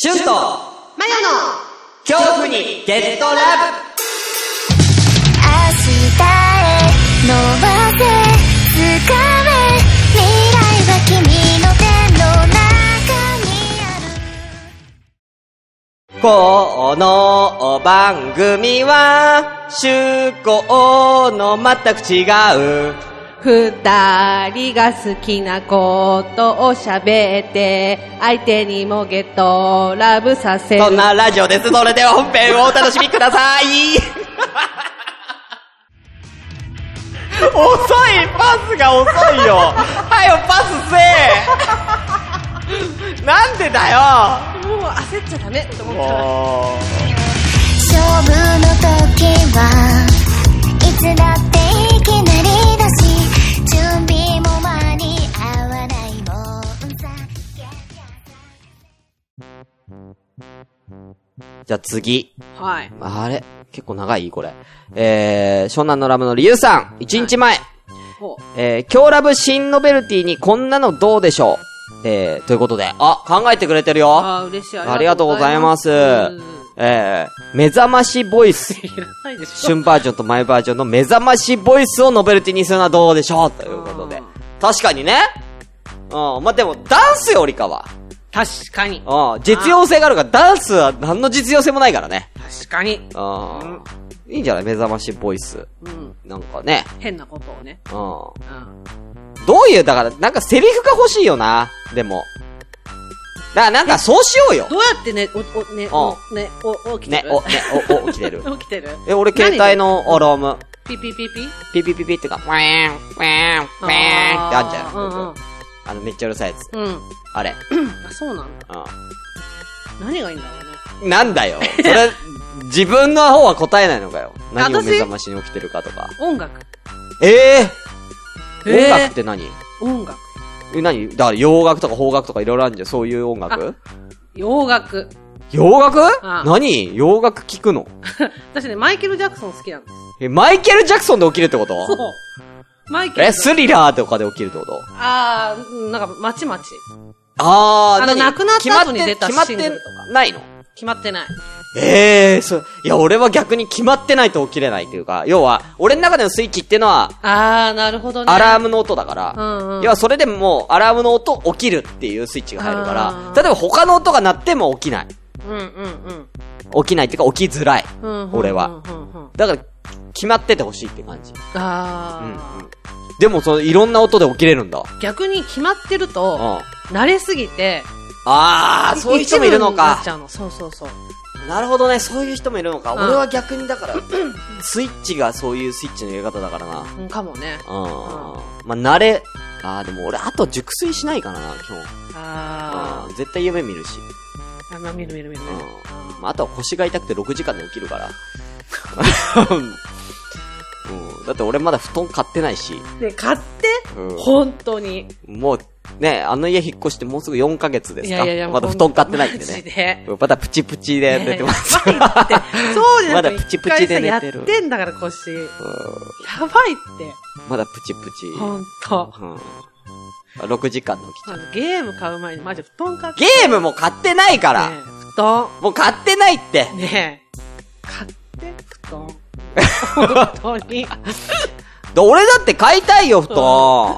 シュンとマヨの恐怖にゲットラブ。 明日へ伸ばせ掴め未来は君の手の中にある。 この番組は趣向の全く違う二人が好きなことを喋って相手にもゲットラブさせる、 そんなラジオです。それでは本編をお楽しみください。遅い、パスが遅いよ。はよパスせえ。なんでだよ。 もう焦っちゃダメと思ったら勝負の時はいつだっていきなりだし準備も間に合わないもんさ。 じゃあ次。 はい。 あれ結構長いこれ。湘南のラムのリユウさん。1日前。今日ラブ新ノベルティにこんなのどうでしょう。ということで。あ、考えてくれてるよ。 あ、嬉しい。 ありがとうございます。目覚ましボイス。春バージョンと前バージョンの目覚ましボイスをノベルティにするのはどうでしょうということで。確かにね。まあ、でもダンスよりかは。 確かに。 実用性があるから、ダンスは何の実用性もないからね。 確かに。 いいんじゃない目覚ましボイス。なんかね。 変なことをね。 どういう、だから、なんかセリフが欲しいよな。でも。だからなんかそうしようよ。 どうやってね、起きてる起きてる。 起きてる。 俺携帯のアラーム。 ピピピピピピピピってか、ウェーン、ウェーン、ウェーンってあんじゃん。めっちゃうるさいやつ。あれ。 あ、そうなんだ。何がいいんだろうね。 なんだよ。それ、自分の方は答えないのかよ。何を目覚ましに起きてるかとか。 音楽。 音楽って何？ 音楽。 何？だから洋楽とか邦楽とかいろいろあるんじゃん。そういう音楽？ 洋楽。 洋楽？何？洋楽聞くの？ 私ね、マイケル・ジャクソン好きなんです。 マイケル・ジャクソンで起きるってこと？ そう。マイケル。 スリラーとかで起きるってこと？ なんか、まちまち。 亡くなった後に出たシングルとか。 決まってないの？ 決まってない。 いや、俺は逆に決まってないと起きれないっていうか、要は、俺の中でのスイッチっていうのは、 なるほどね。 アラームの音だから、要はそれでもアラームの音起きるっていうスイッチが入るから、例えば他の音が鳴っても起きない。起きないっていうか起きづらい。俺は。だから、決まっててほしいって感じ。でもいろんな音で起きれるんだ。 逆に決まってると、慣れすぎて、 そういう人もいるのか。 そう。 なるほどね、そういう人もいるのか。俺は逆にだから、スイッチがそういうスイッチの入れ方だからな。 かもね。 まあ、慣れ、でも俺、あと熟睡しないからな、今日。絶対夢見るし。 見る。 あとは腰が痛くて6時間で起きるから。だって俺まだ布団買ってないし。 ね、買って、本当に。 もう、ね、あの家引っ越してもうすぐ4ヶ月ですか？まだ布団買ってないんでね。まだプチプチで寝てます。 そうじゃなくて、 まだプチプチで寝てる。 やってんだから腰。やばいって。 まだプチプチ。 ほんと。 6時間の起きちゃう。 ゲーム買う前にマジ布団買って。 ゲームも買ってないから。 布団。 もう買ってないって。 ねえ。買って、布団。本当に。 俺だって買いたいよ、布団。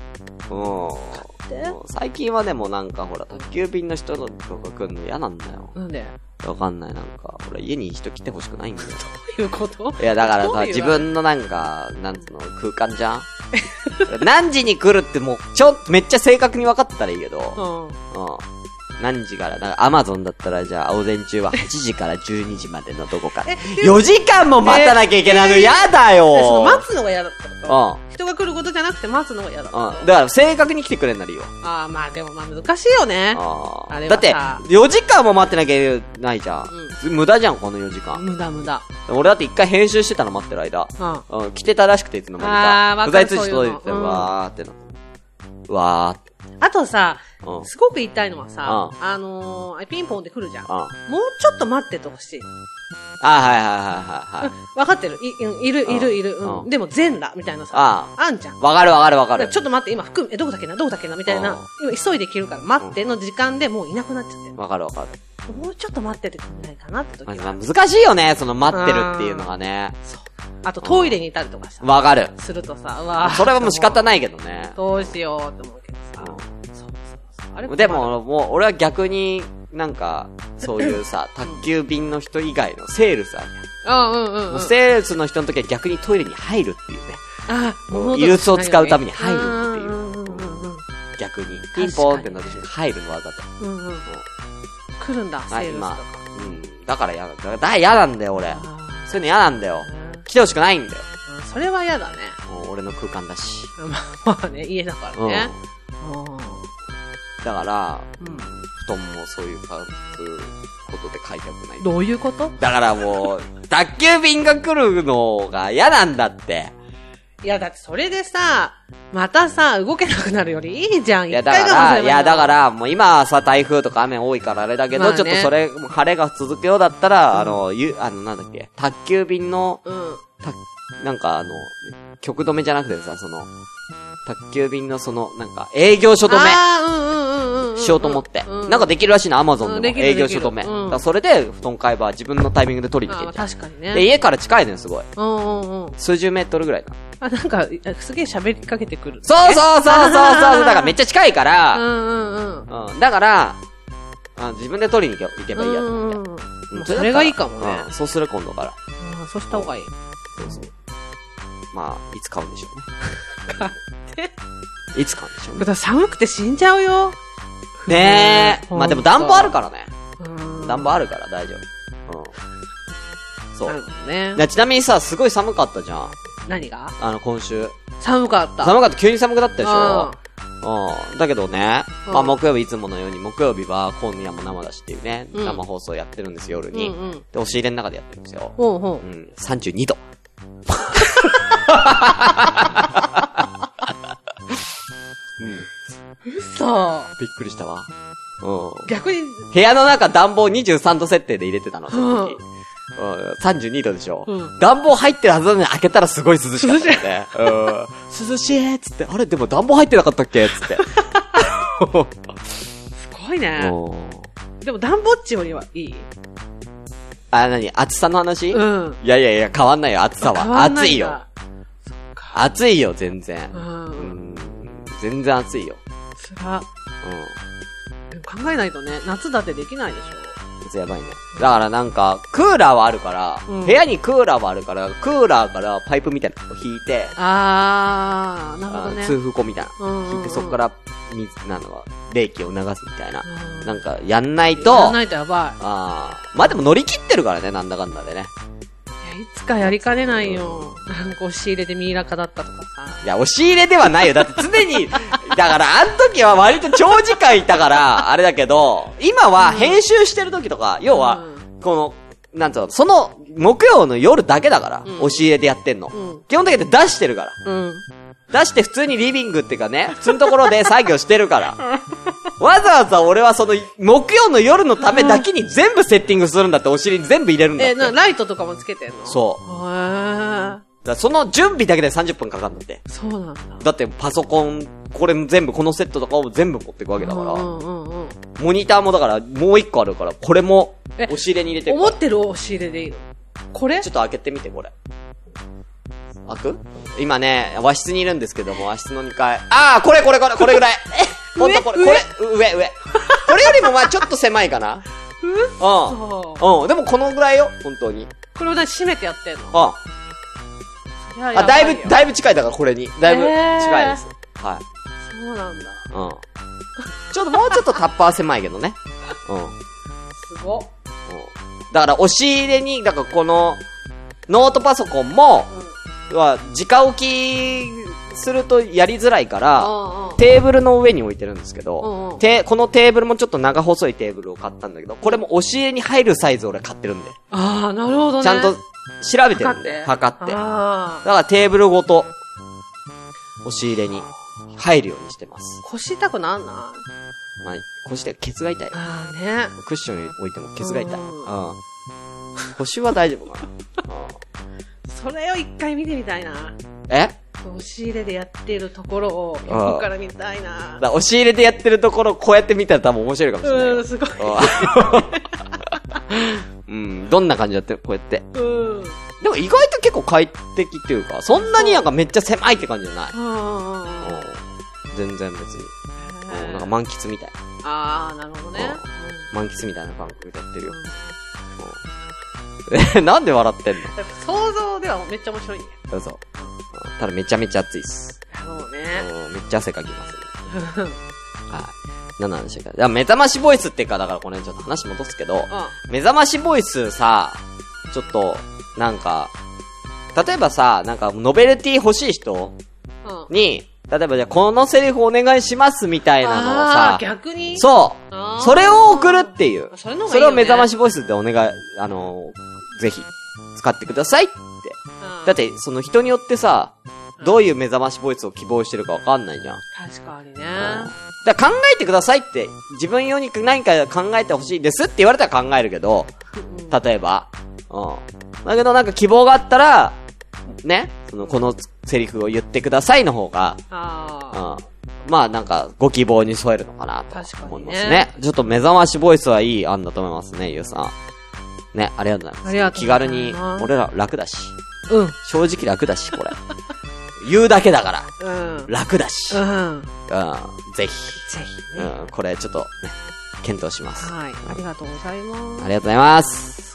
最近はでもなんかほら、宅急便の人とか来るの嫌なんだよ。 なんで？ わかんない、なんか。俺家に人来てほしくないんだよ。 どういうこと？ いや、だからさ、自分のなんか、なんつうの、空間じゃん何時に来るってもう、めっちゃ正確に分かってたらいいけど。何時から、だからアマゾンだったらじゃあ、青前中は8時から12時までのどこか。4時間も待たなきゃいけないの嫌だよ。 待つのが嫌だったの？人が来ることじゃなくて待つのが嫌だった。 だから正確に来てくれんなるよ。 まあでも難しいよね。 だって、4時間も待ってなきゃいけないじゃん。無駄じゃん、この4時間。 無駄。 俺だって一回編集してたの待ってる間。来てたらしくていつの間にか。不在通知届いてわーってな。わーって。 あとさ、すごく言いたいのはさ、ピンポンで来るじゃん。もうちょっと待っててほしい。 はい。 わかってる。いる。でも全裸みたいなさ。あんじゃん。 わかる。 ちょっと待って、今どこだっけなみたいな。今急いで切るから待っての時間でもういなくなっちゃってる。 わかる。 もうちょっと待っててくんないかなって時は。 まあ難しいよね、その待ってるっていうのがね。 あとトイレにいたりとかさ。 わかる。 するとさ、うわそれはもう仕方ないけどね。 どうしようって思うけどさ。そうあれでも、もう俺は逆になんか、そういうさ、宅急便の人以外のセールスあるやん。もうセールスの人の時は逆にトイレに入るっていうね。異物を使うために入るっていう。逆に。ピンポーンってなって入るのわざと。 来るんだ、セールスとか。 だから嫌なんだよ、俺。そういうの嫌なんだよ。来てほしくないんだよ。 それは嫌だね。 俺の空間だし。 まあね、家だからね。 だから、布団もそういうことで買いたくない。 どういうこと？ だからもう、宅急便が来るのが嫌なんだって。 いや、だってそれでさ、またさ、動けなくなるよりいいじゃん。 だから、もう今はさ、台風とか雨多いからあれだけど、ちょっとそれ、晴れが続くようだったら、なんだっけ、宅急便の、なんか局止めじゃなくてさ、宅急便のなんか、営業所止めしようと思って。なんかできるらしいな、アマゾンでも。営業所止め。だからそれで、布団買えば自分のタイミングで取りに行けて。 確かにね。 で、家から近いのよ、すごい。数十メートルぐらいな。 なんか、すげえ喋りかけてくる。 そう。だからめっちゃ近いから、だから、自分で取りに行けばいいやと思って。 それがいいかもね。 そうする今度から。 そうした方がいい。 そう。まあ、いつ買うんでしょうね。いつ買うんでしょうね。 だから寒くて死んじゃうよ。 ねえ。まあでも暖房あるからね。暖房あるから大丈夫。そう。 なるほどね。 ちなみにさ、すごい寒かったじゃん。 何が？ 今週。 寒かった。 急に寒くなったでしょ。だけどね、まあ木曜日いつものように、木曜日は今夜も生だしっていうね、生放送やってるんですよ、夜に。で、押し入れの中でやってるんですよ。32度。 嘘。 びっくりしたわ。 逆に。 部屋の中暖房23度設定で入れてたの、その時。32度でしょ。暖房入ってるはずなのに開けたらすごい涼しかったよね。涼しいっつって、あれでも暖房入ってなかったっけつって。すごいね。でも暖房っちよりはいい？ 暑さの話？いや、変わんないよ、暑さは。暑いよ。暑いよ、全然。全然暑いよ。 つら。考えないとね、夏だってできないでしょ。 やばいね。だからなんか、クーラーはあるから、部屋にクーラーはあるから、クーラーからパイプみたいなのを引いて、 なるほどね。 通風口みたいな。引いてそこから冷気を流すみたいな。なんか、やんないと。 やんないとやばい。 まあでも乗り切ってるからね、なんだかんだでね。 いつかやりかねないよ。なんか押し入れでミイラ化だったとかさ。 いや、押し入れではないよ。だって常に、だからあの時は割と長時間いたから、あれだけど、今は編集してる時とか、要は、なんつうの、その、木曜の夜だけだから、押し入れでやってんの。基本的に出してるから。出して普通にリビングっていうかね、普通のところで作業してるから。わざわざ俺はその、木曜の夜のためだけに全部セッティングするんだって、お尻に全部入れるんだって。 ライトとかもつけてんの？ そう。その準備だけで30分かかるんだって。 そうなんだ。 だってパソコン、これ全部、このセットとかを全部持っていくわけだから。モニターもだから、もう一個あるから、これも、押し入れに入れて思ってる押し入れでいいの？これ？ ちょっと開けてみて、これ。開く？今ね、和室にいるんですけども、和室の2階。これぐらい。ほんとこれ、上。これよりもまあちょっと狭いかな。でもこのぐらいよ、本当に。 これを閉めてやってんの？ だいぶ近いだから、これに。だいぶ近いです。はい。 そうなんだ。 ちょっともうちょっとタッパー狭いけどね。 すごっ。 だから押し入れに、だからこの、ノートパソコンも、直置きするとやりづらいから、テーブルの上に置いてるんですけど、このテーブルもちょっと長細いテーブルを買ったんだけど、これも押し入れに入るサイズを俺買ってるんで。 なるほどね。 ちゃんと調べてるんで、測って。だからテーブルごと、押し入れに入るようにしてます。 腰痛くなんない？ まあ、腰でケツが痛い。 ね。 クッション置いてもケツが痛い。腰は大丈夫かな。 それを一回見てみたいな。押し入れでやってるところを横から見たいな。 押し入れでやってるところをこうやって見たら多分面白いかもしれない。 すごい。 どんな感じだってこうやって。 うん。 でも意外と結構快適っていうか、そんなになんかめっちゃ狭いって感じじゃない。全然別に。なんか満喫みたい。 あー、なるほどね。 満喫みたいな感覚でやってるよ。なんで笑ってんの？ 想像ではめっちゃ面白いね。 そうそう。ただめちゃめちゃ暑いっす。 そうね。 めっちゃ汗かきますね。はい。何なんでしょうか。目覚ましボイスっていうか、だからこれちょっと話戻すけど、目覚ましボイスさ、ちょっと、なんか、例えばさ、なんかノベルティ欲しい人に、例えばじゃあこのセリフお願いしますみたいなのをさ、 逆にそう。それを送るっていう。 それの方がいいよね。 それを目覚ましボイスでお願い、ぜひ、使ってくださいって。だって、その人によってさ、どういう目覚ましボイスを希望してるかわかんないじゃん。 確かにね。 だから考えてくださいって、自分用に何か考えてほしいですって言われたら考えるけど、例えば、だけどなんか希望があったら、ね、このセリフを言ってくださいの方が、まあなんかご希望に添えるのかなと思いますね。ちょっと目覚ましボイスはいい案だと思いますね、ゆうさん。ね、ありがとうございます。 ありがとうございます。 気軽に、俺ら楽だし。 うん。 正直楽だし、これ。言うだけだから。 うん。 楽だし。 うん。 ぜひ。 ぜひ、ね。 これちょっとね、検討します。 はい。ありがとうございます。 ありがとうございます。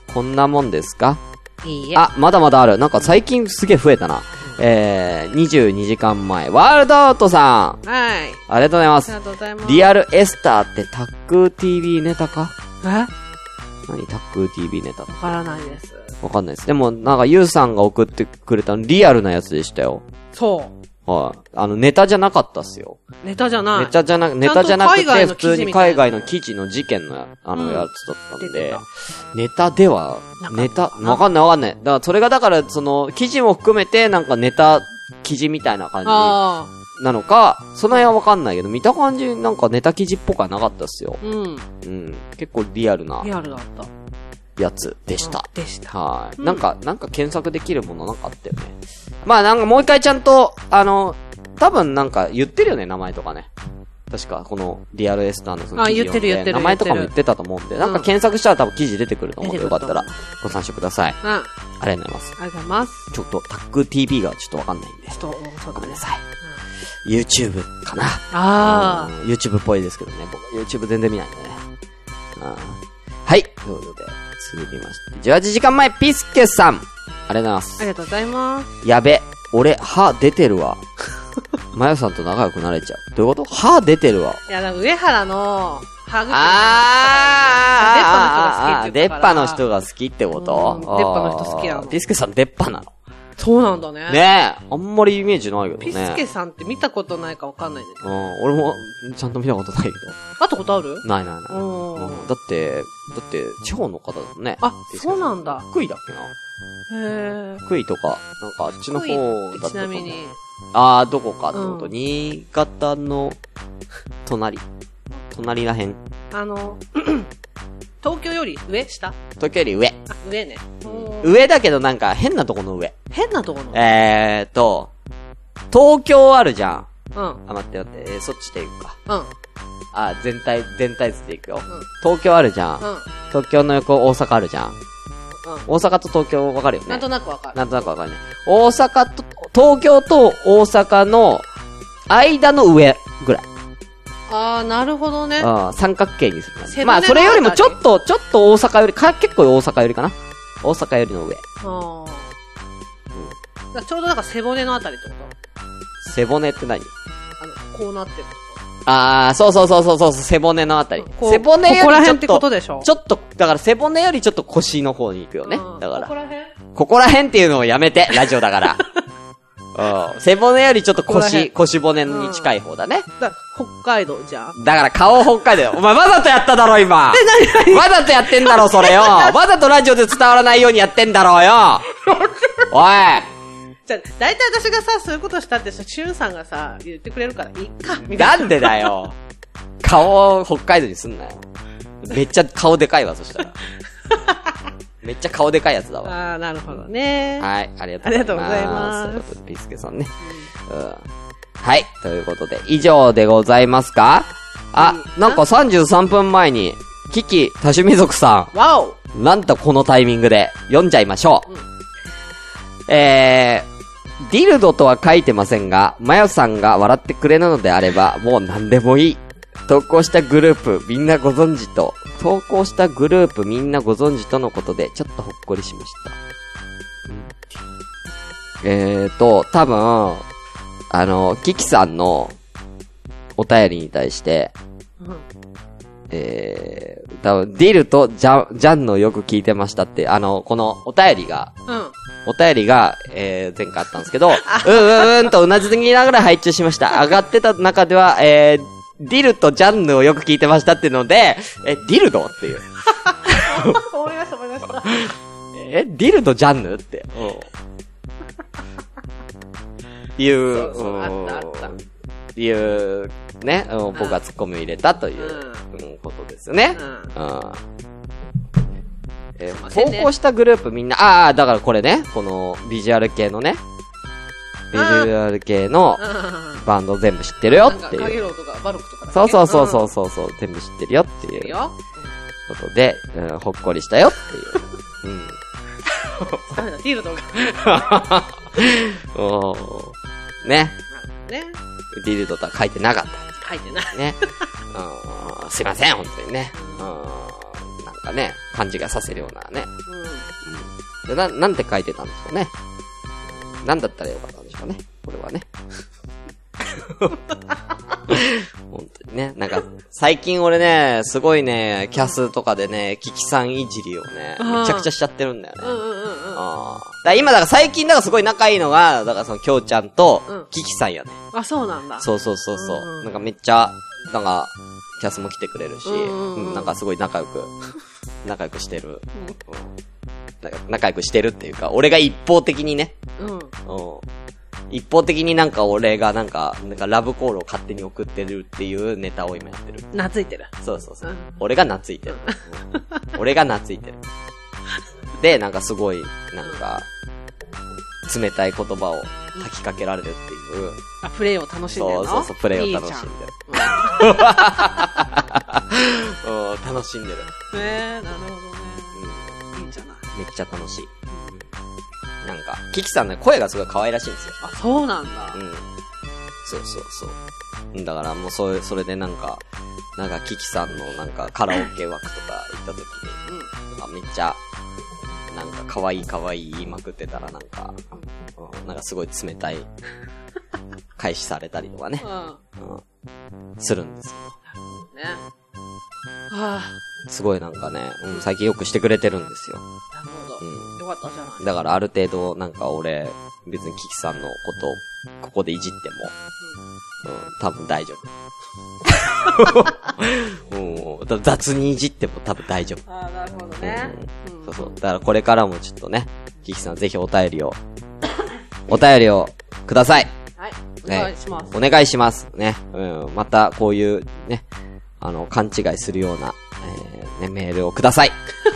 こんなもんですか？ いいえ。 まだまだある。なんか最近すげえ増えたな。22時間前。ワールドアウトさん。 はい。 ありがとうございます。 ありがとうございます。 リアルエスターってタック TV ネタか？ 何タック TV ネタ？ わからないです。 わかんないです。でも、なんかユウさんが送ってくれたのリアルなやつでしたよ。 そう。 はい。ネタじゃなかったっすよ。 ネタじゃない。 ネタじゃなくて、普通に海外の記事の事件の、やつだったんで、ネタでは、わかんない。だから、それがだから、記事も含めて、なんかネタ、記事みたいな感じなのか、その辺はわかんないけど、見た感じ、なんかネタ記事っぽくはなかったっすよ。結構リアルな。 リアルだった。 やつでした。はい。なんか検索できるものなんかあったよね。まあなんかもう一回ちゃんと、多分なんか言ってるよね、名前とかね。確か、このリアルエスターのその記事読んで言ってる。 名前とかも言ってたと思うんで、なんか検索したら多分記事出てくると思うんで、よかったらご参照ください。ありがとうございます。 ありがとうございます。 ちょっと、タック TV がちょっとわかんないんで。ごめんなさい。YouTube かな。YouTube っぽいですけどね。僕 YouTube 全然見ないんでね。はい。ということで、続きまして。18時間前、ピスケさん。ありがとうございます。 ありがとうございます。 やべ。俺、歯出てるわ。マヨさんと仲良くなれちゃう。どういうこと？歯出てるわ。 いや、だから上原の歯茎出っ歯の人が好きってこと？ 出っ歯の人好きなの。 ピスケさん出っ歯なの？ そうなんだね。 ねえ。あんまりイメージないけどね。 ピスケさんって見たことないかわかんないんだけど。 俺もちゃんと見たことないけど。 会ったことある？ ない。だって、地方の方だもんね。 あ、そうなんだ。 福井だっけな。福井とか、なんかあっちの方だった。 ちなみに。 どこかってこと？新潟の隣らへん。 東京より上？下？ 東京より上。 上ね。 上だけどなんか変なとこの上。 変なとこの東京あるじゃん。待って、そっちで行くか。全体図で行くよ。東京あるじゃん。東京の横大阪あるじゃん。大阪と東京わかるよね。 なんとなくわかる。 なんとなくわかるね。東京と大阪の間の上ぐらい。 なるほどね。 三角形にする感じ。まあ、それよりもちょっと大阪より、結構大阪よりかな。大阪よりの上。 ちょうどなんか背骨のあたりってこと？ 背骨って何？ こうなってる。 そう、背骨のあたり。背骨よりここら辺ってことでしょ？ ちょっと、だから背骨よりちょっと腰の方に行くよね。だから。 ここら辺っていうのをやめて、ラジオだから。背骨よりちょっと腰骨に近い方だね。 北海道じゃん。 だから顔北海道。お前わざとやっただろ、今。わざとやってんだろ、それよ。わざとラジオで伝わらないようにやってんだろうよ。おい。 じゃあ、だいたい私がさ、そういうことしたってさ、シュンさんがさ、言ってくれるから、いいか、みたいな。 なんでだよ。顔を北海道にすんなよ。めっちゃ顔でかいわ、そしたら。めっちゃ顔でかいやつだわ。 なるほどね。 はい、ありがとうございます。ということで、ピスケさんね。はい、ということで、以上でございますか？なんか33分前に、 キキ多趣味族さん。 わお。 なんとこのタイミングで読んじゃいましょう。ディルドとは書いてませんが、マヨさんが笑ってくれるのであれば、もう何でもいい。投稿したグループみんなご存知とのことで、ちょっとほっこりしました。多分、キキさんのお便りに対して、多分、ディルとジャンのよく聞いてましたって、このお便りが、前回あったんですけど、とうなずきながら配置しました。上がってた中では、ディルとジャンヌをよく聞いてましたっていうので、ディルドっていう。 思いました。 ディルドジャンヌって。いう、 そうあった。 いう、ね、僕がツッコミを入れたという、ことですよね。投稿したグループみんな、だからこれね、このビジュアル系のね、ビジュアル系のバンド全部知ってるよっていう。 カゲロウとかバルクとか、 そう、全部知ってるよっていうことで、ほっこりしたよっていう。 ダメだ、ディルドが。 ね。 ね。 ディルドとは書いてなかった。 書いてない。 ね。すいません、本当にね。なんかね、勘違いさせるようなね。なんて書いてたんでしょうね。なんだったらよかったんでしょうね。これはね。本当にね。なんか、最近俺ね、すごいね、キャスとかでね、キキさんいじりをね、めちゃくちゃしちゃってるんだよね。だから最近すごい仲いいのが、だからそのきょうちゃんと、キキさんやね。 あ、そうなんだ。 そう。なんかめっちゃ、なんか、キャスも来てくれるし、なんかすごい仲良くしてる。仲良くしてるっていうか、俺が一方的にね。一方的になんか俺がなんかラブコールを勝手に送ってるっていうネタを今やってる。 懐いてる。 そう。俺が懐いてる。で、なんかすごい、なんか、冷たい言葉を吐きかけられるっていう。 プレイを楽しんでるの？ そう、プレイを楽しんでる。楽しんでる。 なるほどね。いいじゃない。 めっちゃ楽しい。なんか、キキさんね、声がすごい可愛らしいんですよ。 あ、そうなんだ。 そう。だからもうそれでなんかキキさんのなんかカラオケ枠とか行った時に、めっちゃ、なんか可愛い言いまくってたらなんかすごい冷たい開始されたりとかね。するんですよ。 ね。 すごいなんかね、最近よくしてくれてるんですよ。 なるほど。よかったじゃない。 だからある程度なんか俺、別にキキさんのことをここでいじっても、多分大丈夫。雑にいじっても多分大丈夫。 なるほどね。 そう。だからこれからもちょっとね、キキさんぜひお便りをください。 はい。お願いします。 お願いします。ね。またこういうね、勘違いするような、メールをください。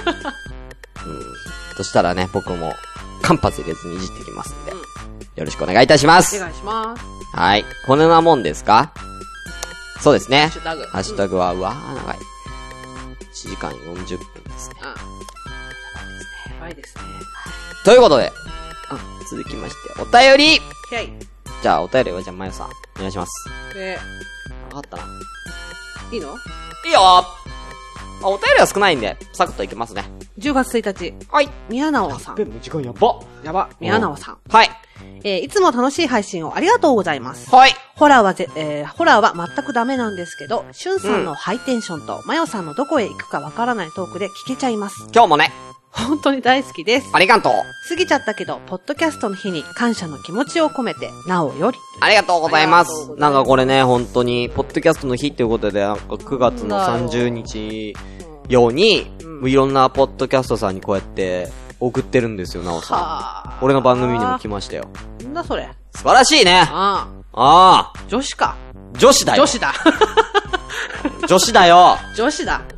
そしたらね、僕も間髪入れずにいじってきますんで、よろしくお願いいたします。 お願いします。 はい。こんなもんですか？そうですね。 ハッシュタグは、長い。1時間40分ですね。 長いですね。 ということで、続きまして、お便り！じゃあ、お便りはまゆさん、お願いします。わかったな。 いいの？ いいよ！お便りは少ないんで、サクッといけますね。 10月1日。 はい。 宮直さん。 もう時間やば。 宮直さん。 はい。 いつも楽しい配信をありがとうございます。 はい。 ホラーは全くダメなんですけど、しゅんさんのハイテンションと、まよさんのどこへ行くかわからないトークで聞けちゃいます。 今日もね。 本当に大好きです。 ありがとう。 過ぎちゃったけど、ポッドキャストの日に感謝の気持ちを込めて、なおより。 ありがとうございます。なんかこれね、本当に、ポッドキャストの日っていうことで、なんか9月の30日ように、いろんなポッドキャストさんにこうやって送ってるんですよ、なおさん。俺の番組にも来ましたよ。 なんだそれ。 素晴らしいね。 女子か。 女子だよ。 女子だ。 女子だよ。 女子だ。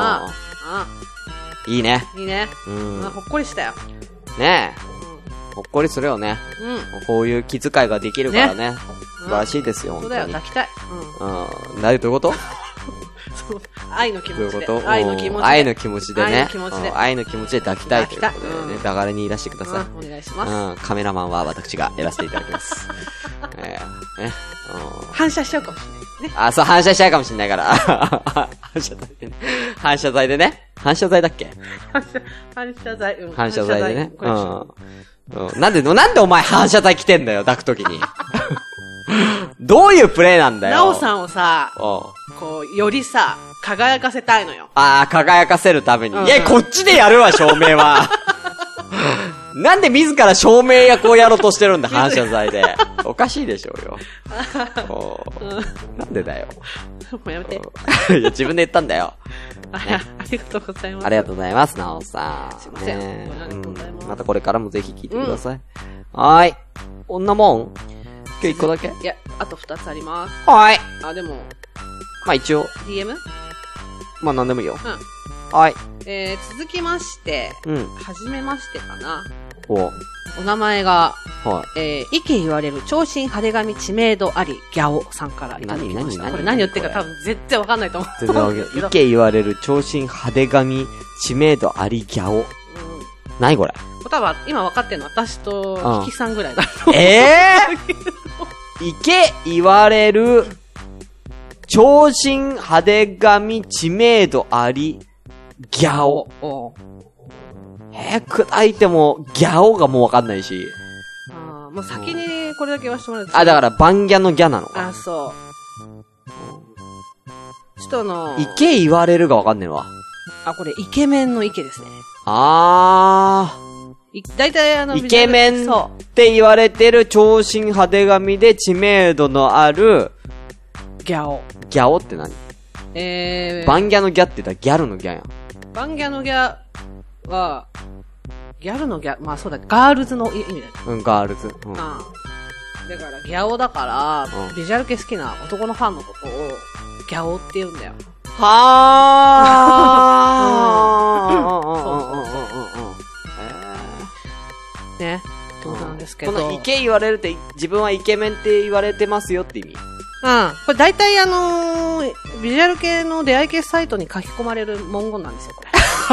いいね。 いいね。ほっこりしたよ。 ねえ。ほっこりするよね。こういう気遣いができるからね。素晴らしいですよ、本当に。 そうだよ、抱きたい。 どういうこと？ 愛の気持ちで。 どういうこと？ 愛の気持ちで。 愛の気持ちでね。 愛の気持ちで。 愛の気持ちで抱きたいということでね。抱かれにいらしてください。 お願いします。 カメラマンは私がやらせていただきます。 反射しちゃうかもしれないね。 あ、そう、反射しちゃうかもしれないから。反射剤でね。反射剤でね。反射剤だっけ？ 反射剤。 反射剤でね。なんでお前反射剤着てんだよ、抱くときに。どういうプレイなんだよ。 なおさんをさ、こう、よりさ、輝かせたいのよ。 輝かせるために。こっちでやるわ、照明は。なんで自ら照明役をやろうとしてるんだ、反射剤で。おかしいでしょうよ。なんでだよ。 もうやめて。 いや、自分で言ったんだよ。 ありがとうございます。 ありがとうございます、なおさん。 すいません。ありがとうございます。 またこれからもぜひ聞いてください。はーい。こんなもん？今日1個だけ？ いや、あと2つあります。 はーい。 でも。 まあ一応。 DM？ まあなんでもいいよ。はい。 続きまして、はじめましてかな。お名前が、意見言われる長身派手髪知名度ありギャオさんからいただきました。これ何言ってるか多分絶対わかんないと思う。 全然わかんない。意見言われる長身派手髪知名度ありギャオ。何これ？ 多分今分かってるの私とキキさんぐらいだと。意見言われる長身派手髪知名度ありギャオ。砕いてもギャオがもうわかんないし。 もう先にこれだけ言わせてもらうと。 だからバンギャのギャなのか。 そう。意見言われるがわかんねえわ。 これイケメンのイケですね。大体イケメンって言われてる長身派手髪で知名度のあるギャオ。 ギャオって何？バンギャのギャって言ったらギャルのギャやん。 バンギャのギャは、ギャルのギャ、まあそうだ、ガールズの意味だよ。 ガールズ。だからギャオだから、ビジュアル系好きな男のファンのことをギャオって言うんだよ。ね。そうなんですけど。 このイケ言われるって、自分はイケメンって言われてますよって意味。 これ大体ビジュアル系の出会い系サイトに書き込まれる文言なんですよ、これ。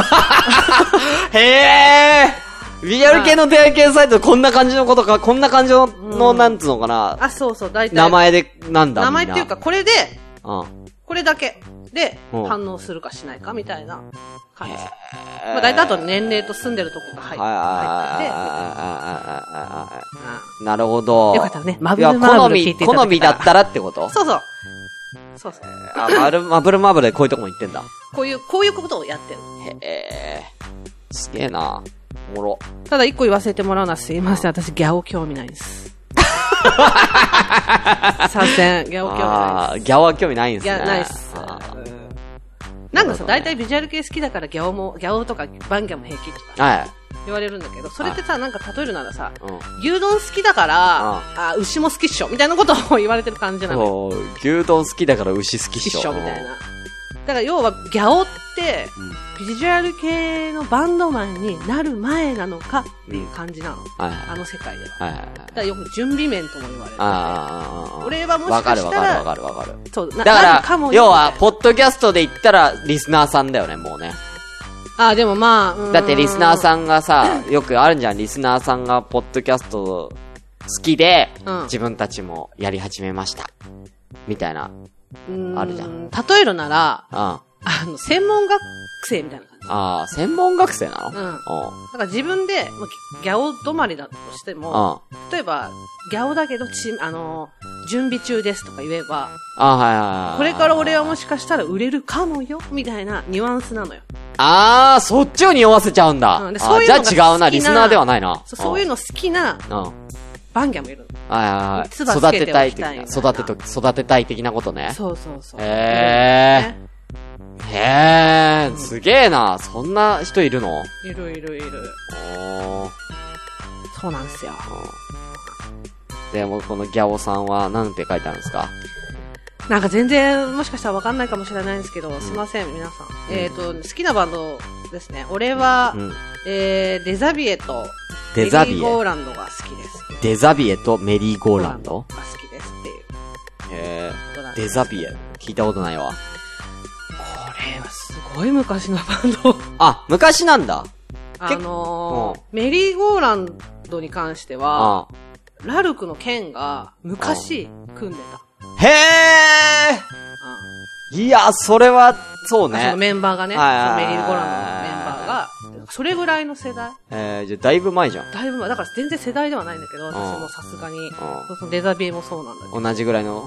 ビジュアル系の出会い系サイトこんな感じのことか、こんな感じの、なんつうのかな。 そうそう、大体。 名前で、なんだ名前っていうか、これで、これだけで反応するかしないかみたいな感じです。大体あと年齢と住んでるとこが入ってて。 なるほど。 よかったらね、マブルマーブル聞いていただけたら。 好みだったらってこと？ そうそう。そうそう。 マブルマーブルでこういうとこも行ってんだ。 こういうことをやってる。 すげえな。おもろ。 ただ一個言わせてもらうのはすいません、私ギャオ興味ないです。参戦、ギャオ興味ないです。 ギャオは興味ないんですね。 ないっす。なんかさ、大体ビジュアル系好きだからギャオとかバンギャも平気とか言われるんだけど、それってさ、なんか例えるならさ、牛丼好きだから、牛も好きっしょみたいなことを言われてる感じなのよ。 牛丼好きだから牛好きっしょみたいな。だから要はギャオって、ビジュアル系のバンドマンになる前なのかっていう感じなの。世界では。だからよく準備面とも言われる。俺はもしかしたら。 わかる。 そう、 だから、要は、ポッドキャストで言ったら、リスナーさんだよね、もうね。 でもまあ、 だってリスナーさんがさ、よくあるじゃん、リスナーさんがポッドキャスト好きで、自分たちもやり始めました。みたいな。あるじゃん。 例えるなら、専門学生みたいな感じ。 専門学生なの？ だから自分で、ギャオ止まりだとしても、例えば、ギャオだけど、準備中ですとか言えば、これから俺はもしかしたら売れるかもよ、みたいなニュアンスなのよ。 そっちを匂わせちゃうんだ。じゃあ違うな、リスナーではないな。 そういうの好きな、バンギャもいるの。 育てたい的な。育てたい的なことね。 そう。 すげえな。そんな人いるの？ いる。そうなんですよ。 でもこのギャオさんは何て書いてあるんですか？ なんか全然もしかしたらわかんないかもしれないんですけど、すいません、皆さん。好きなバンドですね。俺は、デザビエとメリーゴーランドが好きです。 デザビエとメリーゴーランドが好きですっていう。 デザビエ。聞いたことないわ。 これごい昔のバンド。 あ、昔なんだ。 メリーゴーランドに関しては、ラルクのケンが昔組んでた。 へー。いや、それは、そうね。 そのメンバーがね、メリーゴーランドのメンバーが、それぐらいの世代。 じゃあだいぶ前じゃん。 だいぶ前。だから全然世代ではないんだけど、私もさすがに、レザビーもそうなんだけど。 同じぐらいの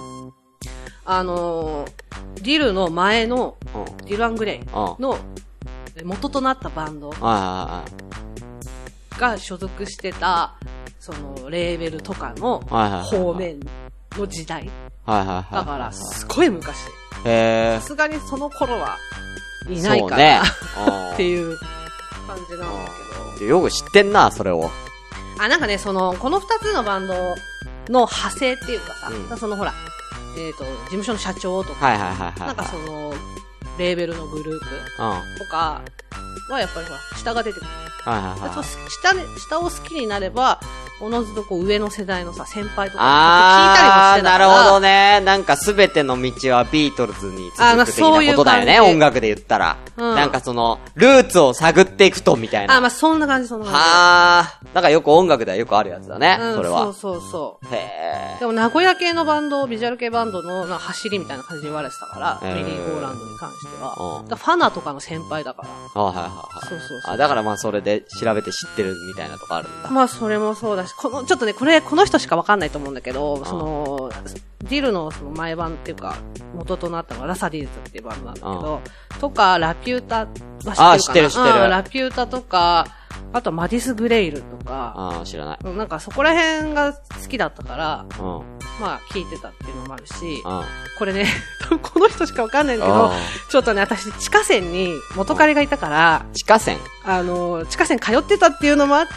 ディルの前の、ディル・アングレイの元となったバンドが所属してた、その、レーベルとかの方面の時代。だから、すごい昔。さすがにその頃はいないから、っていう感じなんだけど。 よく知ってんな、それを。 なんかね、この二つのバンドの派生っていうかさ、そのほら、事務所の社長とか、なんかその、レーベルのグループとかはやっぱりほら、下が出てくる。下を好きになれば、おのずとこう上の世代のさ、先輩とか聞いたりもしてたから。なるほどね。なんかすべての道はビートルズに続く的なことだよね、音楽で言ったら。なんかその、ルーツを探っていくと、みたいな。 まあそんな感じ、そんな感じ。なんかよく音楽ではよくあるやつだね、それは。 そう。でも名古屋系のバンド、ビジュアル系バンドの走りみたいな感じで言われてたから、メリーゴーランドに関しては。ファナとかの先輩だから。そう。 だからまあそれで調べて知ってるみたいなとこあるんだ。 まあそれもそうだし、ちょっとね、この人しかわかんないと思うんだけど、ディルのその前版っていうか、元となったのはラサディーズっていうバンドなんだけど、とか、ラピュータは知ってるかな？ 知ってる。 ラピュータとか、あとマディス・グレイルとか、 知らない。 なんかそこら辺が好きだったから、まあ聞いてたっていうのもあるし、これね、この人しかわかんないんだけど、ちょっとね、私地下線に元彼がいたから、 地下線地下線通ってたっていうのもあって、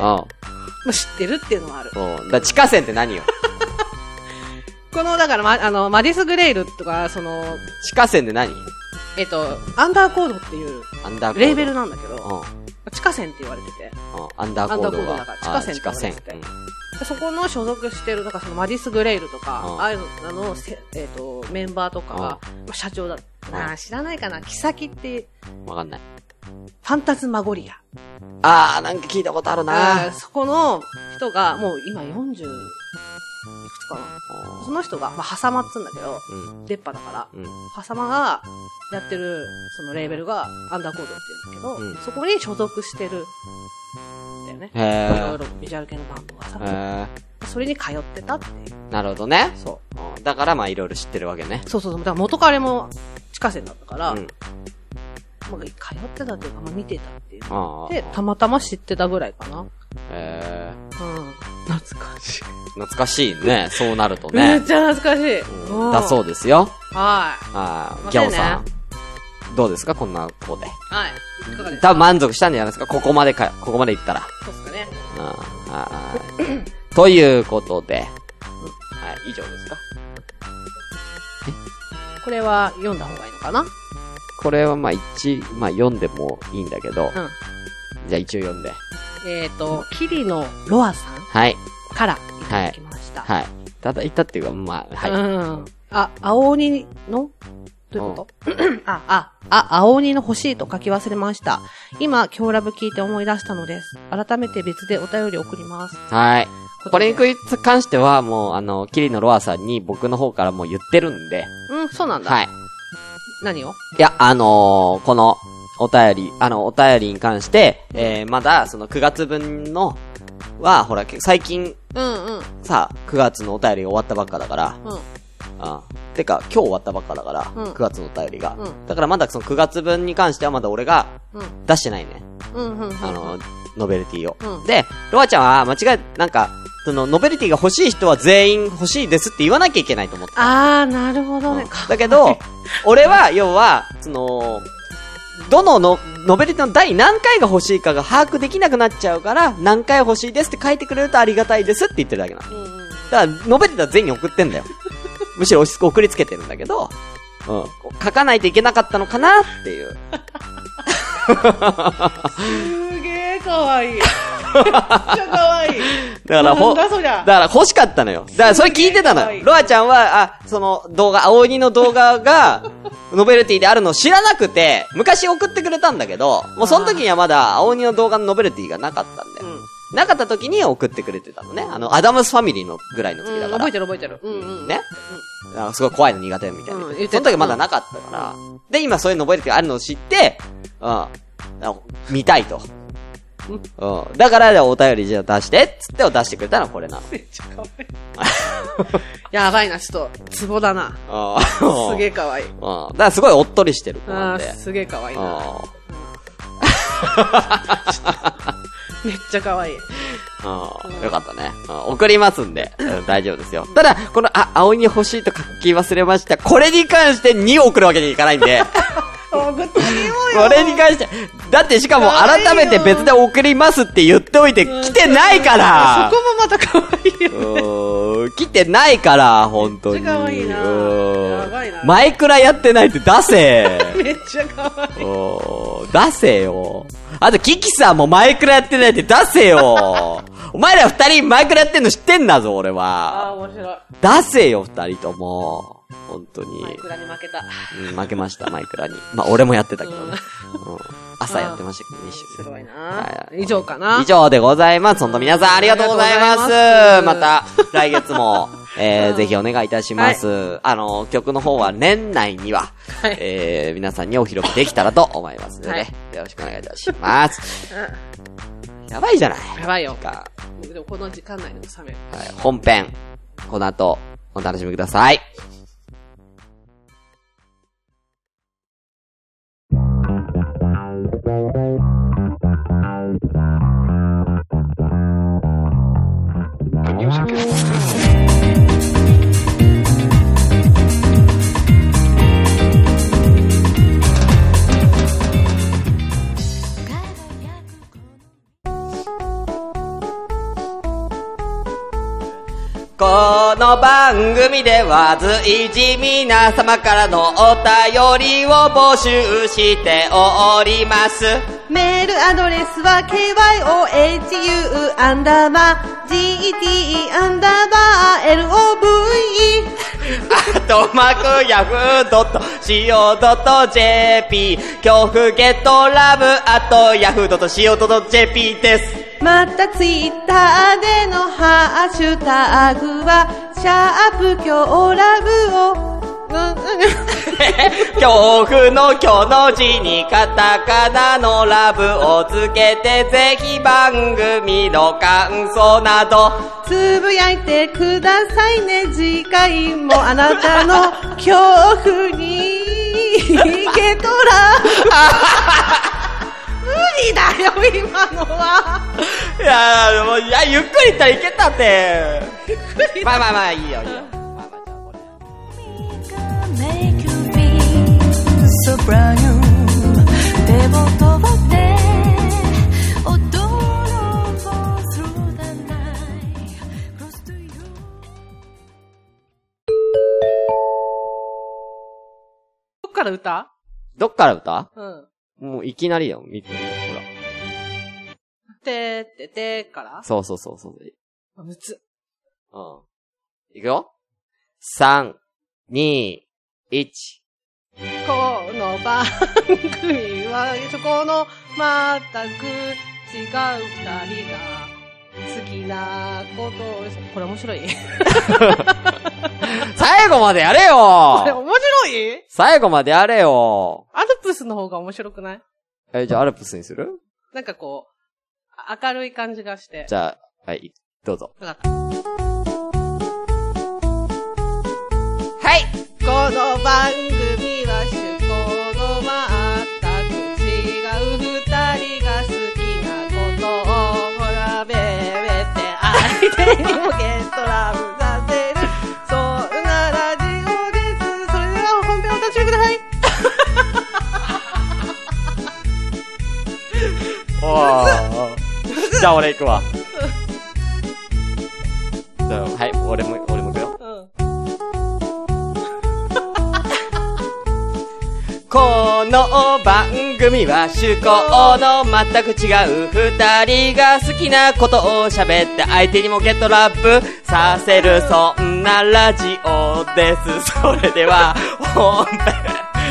知ってるっていうのもある。 地下線って何よだから、マディス・グレイルとか、 地下線って何アンダーコードっていう、レーベルなんだけど、地下線って言われてて。 アンダーコードだから、地下線って言われてて。そこの所属してる、だからマディス・グレイルとか、ああいうの、メンバーとかが、社長だった。知らないかな？キサキって、 わかんない。 ファンタズマゴリア。 なんか聞いたことあるな。 そこの人が、もう今40、いくつかな。その人が、ハサマっつうんだけど、出っ歯だから、ハサマがやってる、そのレーベルがアンダーコードって言うんだけど、そこに所属してる、だよね。いろいろビジュアル系のバンドがさ。それに通ってたっていう。 なるほどね。 そう。 だからまあいろいろ知ってるわけね。 そう。だから元彼も地下線だったから、通ってたっていうか、見てたっていう。で、たまたま知ってたぐらいかな。懐かしい。 懐かしいね。そうなるとね。 めっちゃ懐かしい。 だそうですよ。 はい。 ギャオさん。どうですかこんなとこで。 はい。いかがですか？ 多分満足したんじゃないですかここまで行ったら。 そうっすかね。 ということで。以上ですか？ これは読んだ方がいいのかな？ これは読んでもいいんだけど。じゃあ一応読んで。 桐野ロアさん。 はい。 からいただきました。 はい。ただいたっていうか、はい。 青鬼のどういうこと青鬼の欲しいと書き忘れました。今、今日ラブ聞いて思い出したのです。改めて別でお便り送ります。 はい。これに関しては、もう、桐野ロアさんに僕の方からもう言ってるんで。 そうなんだ。 はい。 何を？ いや、この、お便りに関して、まだ、その9月分の、は、ほら、最近、さあ、9月のお便りが終わったばっかだから、てか、今日終わったばっかだから、9月のお便りが。だからまだその9月分に関してはまだ俺が、出してないね。ノベルティを。で、ロアちゃんは間違い、なんか、その、ノベルティが欲しい人は全員欲しいですって言わなきゃいけないと思ってた。 なるほどね。 だけど、俺は、要は、その、どのノベルティの第何回が欲しいかが把握できなくなっちゃうから、何回欲しいですって書いてくれるとありがたいですって言ってるだけな。だから、ノベルティは全員送ってんだよ。むしろ送りつけてるんだけど、書かないといけなかったのかなっていう。 すげーかわいい。めっちゃかわいい。 だから欲しかったのよ。だからそれ聞いてたのよ。ロアちゃんは、その動画、青鬼の動画が、 ノベルティであるのを知らなくて、昔送ってくれたんだけど、もうその時にはまだ青鬼の動画のノベルティがなかったんだよ。なかった時に送ってくれてたのね。アダムスファミリーのぐらいの時だから。 覚えてる。 ね。すごい怖いの苦手みたいな。その時まだなかったから。で、今そういうノベルティがあるのを知って、見たいと。だからお便りじゃあ出して、つって出してくれたのはこれなの。 めっちゃ可愛い。やばいな、ちょっと、ツボだな。すげえ可愛い。だからすごいおっとりしてる子なんで。 すげえ可愛いな。めっちゃ可愛い。よかったね。送りますんで、大丈夫ですよ。ただ、この、青鬼欲しいと書き忘れました。これに関して2送るわけにいかないんで。 送ってあげようよ。 これに関して、だってしかも改めて別で送りますって言っておいて来てないから。 そこもまた可愛いよ、 ね。来てないから、本当に。 めっちゃ可愛いな。やばいな。 マイクラやってないって出せ。 めっちゃ可愛い。 出せよ。あと、キキさんもマイクラやってないって出せよ。お前ら二人マイクラやってんの知ってんだぞ、俺は。 面白い。 出せよ、二人とも。本当に。 マイクラに負けた。 負けました、マイクラに。俺もやってたけどね。朝やってましたけどね、一緒に。 すごいな。以上かな。 以上でございます。本当皆さんありがとうございます。また、来月も、ぜひお願いいたします。曲の方は年内には、皆さんにお披露目できたらと思いますので、よろしくお願いいたします。やばいじゃない。 やばいよ。でもこの時間内でも冷める。 本編、この後、お楽しみください。この番組では随時皆様からのお便りを募集しております。 メールアドレスは kyohu_yahoo.co.jp 恐怖ゲットラブ@yahoo.co.jp です。またツイッターでのハッシュタグは#ラブを恐怖の巨の字にカタカナのラブをつけて、ぜひ番組の感想などつぶやいてくださいね。次回もあなたの恐怖に逃げとら無理だよ今のは。 いやゆっくり言ったらいけたってまあいいよ。So brand new 手を取って踊ろう through the night close to you。 どっから歌？ どっから歌？もういきなりよ、見てみよ、ほら。 てから？ そう。 むつ。 いくよ。3、2、1。 この番組はそこの全く違う二人が好きなことを。これ面白い最後までやれよ。 これ面白い？ 最後までやれよ。 アルプスの方が面白くない？ じゃあアルプスにする？ なんかこう明るい感じがして。 じゃあはい、どうぞ。 わかった。 はい。 この番組は趣向の全く違う二人が好きなことをほらべべって相手にもゲットラブさせるそんなラジオです。それでは本編をお楽しみください。 じゃあ俺行くわ。じゃあはい、俺も行くよ。この番組は趣向の全く違う二人が好きなことを喋って相手にもゲットラブさせるそんなラジオです。それでは本編